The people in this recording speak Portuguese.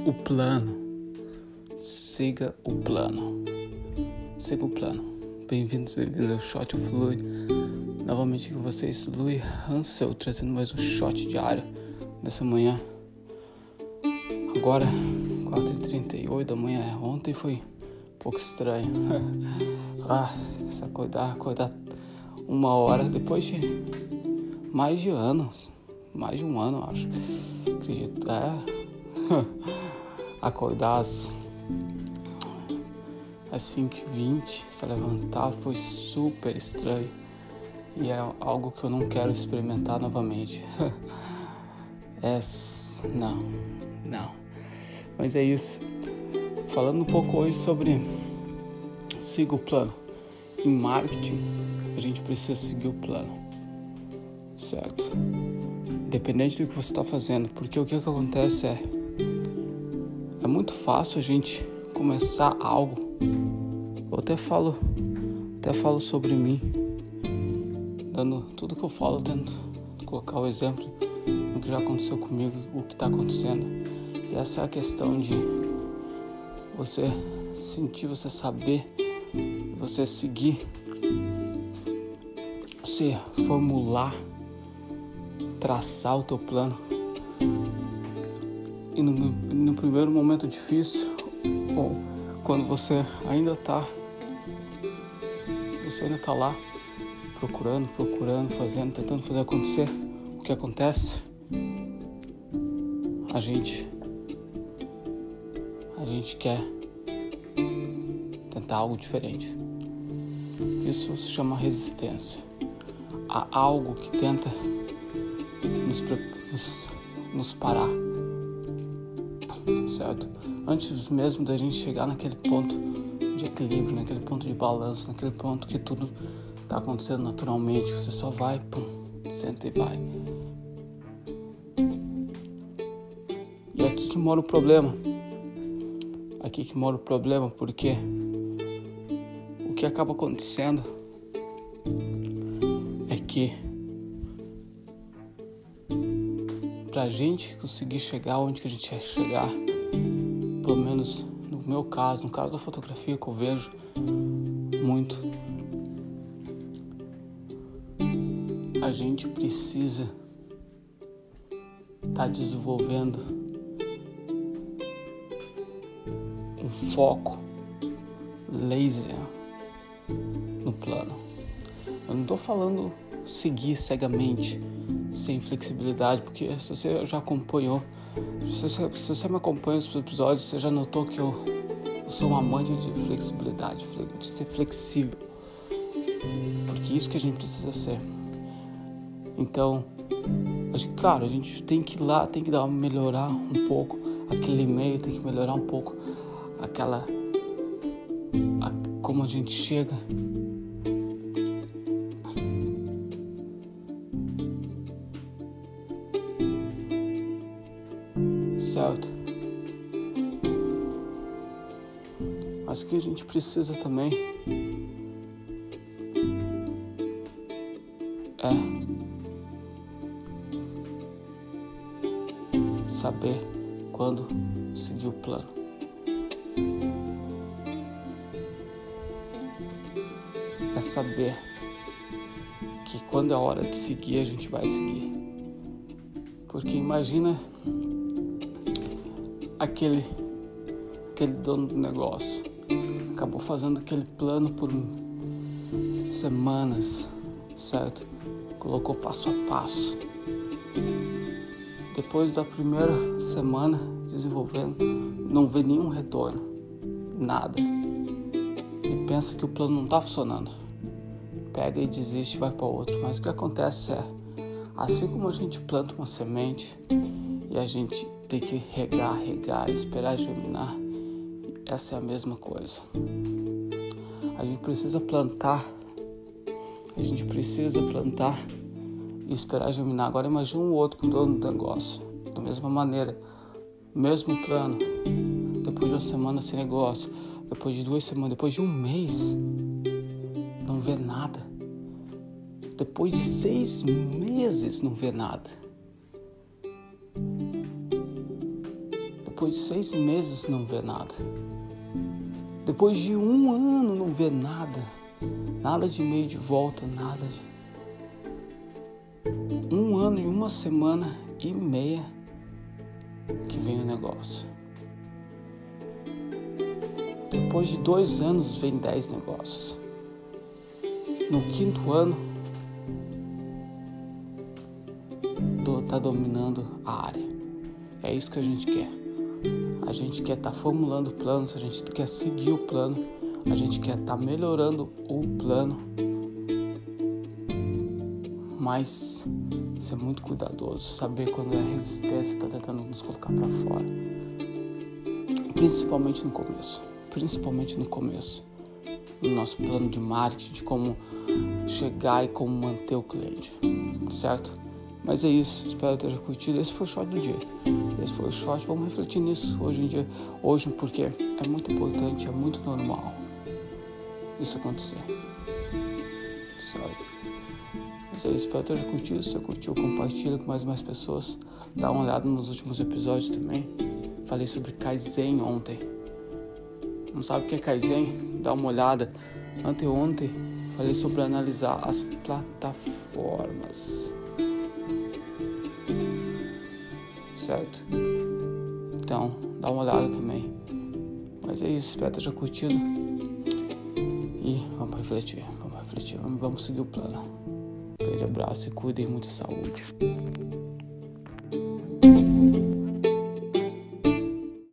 o plano. Siga o plano. Siga o plano. Bem-vindos ao Shot of Louis. Novamente com vocês, Louis Hansel, trazendo mais um shot diário nessa manhã. Agora, 4h38 da manhã. Ontem foi um pouco estranho. Se acordar 1 hora depois de mais de um ano, acho. Acredito. Acordar às 5h20, se levantar foi super estranho. E é algo que eu não quero experimentar novamente. Não. Mas é isso. Falando um pouco hoje sobre siga o plano. Em marketing, a gente precisa seguir o plano. Certo? Independente do que você está fazendo. Porque o que acontece é muito fácil a gente começar algo. Eu até falo sobre mim. Dando tudo que eu falo, tento colocar o exemplo do que já aconteceu comigo, o que está acontecendo. E essa é a questão de você sentir, você saber, você seguir, você formular, traçar o teu plano. E no primeiro momento difícil, ou quando você ainda está lá, procurando, fazendo, tentando fazer acontecer, o que acontece? A gente quer tentar algo diferente. Isso se chama resistência. Há algo que tenta nos parar, certo? Antes mesmo da gente chegar naquele ponto de equilíbrio, naquele ponto de balanço, naquele ponto que tudo está acontecendo naturalmente, você só vai, senta e vai. E é aqui que mora o problema. Porque o que acaba acontecendo é que pra gente conseguir chegar onde que a gente quer chegar, pelo menos no meu caso, no caso da fotografia que eu vejo muito, a gente precisa estar desenvolvendo um foco laser no plano. Eu não estou falando seguir cegamente, sem flexibilidade, porque se você já acompanhou, se você me acompanha nos episódios, você já notou que eu sou um amante de flexibilidade, de ser flexível, porque é isso que a gente precisa ser. Então, claro, a gente tem que ir lá, tem que melhorar um pouco aquele e-mail, tem que melhorar um pouco como a gente chega. Certo? Mas o que a gente precisa também é saber quando seguir o plano. É saber que quando é hora de seguir, a gente vai seguir. Porque imagina aquele dono do negócio acabou fazendo aquele plano por semanas, certo? Colocou passo a passo. Depois da primeira semana desenvolvendo, não vê nenhum retorno, nada. E pensa que o plano não está funcionando. Pega e desiste e vai para outro. Mas o que acontece é, assim como a gente planta uma semente e a gente tem que regar, esperar germinar, essa é a mesma coisa. A gente precisa plantar e esperar germinar. Agora imagina um outro dono do negócio, da mesma maneira, mesmo plano, depois de uma semana sem negócio, depois de 2 semanas, depois de um mês, não vê nada. Depois de 6 meses não vê nada. depois de 6 meses não vê nada. Depois de 1 ano não vê nada. Nada de e-mail de volta, nada de... 1 ano e 1 semana e meia que vem o negócio. Depois de 2 anos vem 10 negócios. No 5º ano tá dominando a área. É isso que a gente quer. A gente quer estar formulando planos, a gente quer seguir o plano, a gente quer estar melhorando o plano, mas ser muito cuidadoso, saber quando a resistência está tentando nos colocar para fora, principalmente no começo, no nosso plano de marketing, de como chegar e como manter o cliente, certo? Mas é isso, espero que tenha curtido. Esse foi o short do dia. Vamos refletir nisso hoje em dia. Hoje, porque é muito importante, é muito normal isso acontecer. Certo? Mas é isso, espero que tenha curtido. Se você curtiu, compartilha com mais pessoas. Dá uma olhada nos últimos episódios também. Falei sobre Kaizen ontem. Não sabe o que é Kaizen? Dá uma olhada. Anteontem falei sobre analisar as plataformas. Certo? Então, dá uma olhada também. Mas é isso, espero que tenha curtido. E vamos refletir. Vamos seguir o plano. Um grande abraço e cuidem, muita saúde.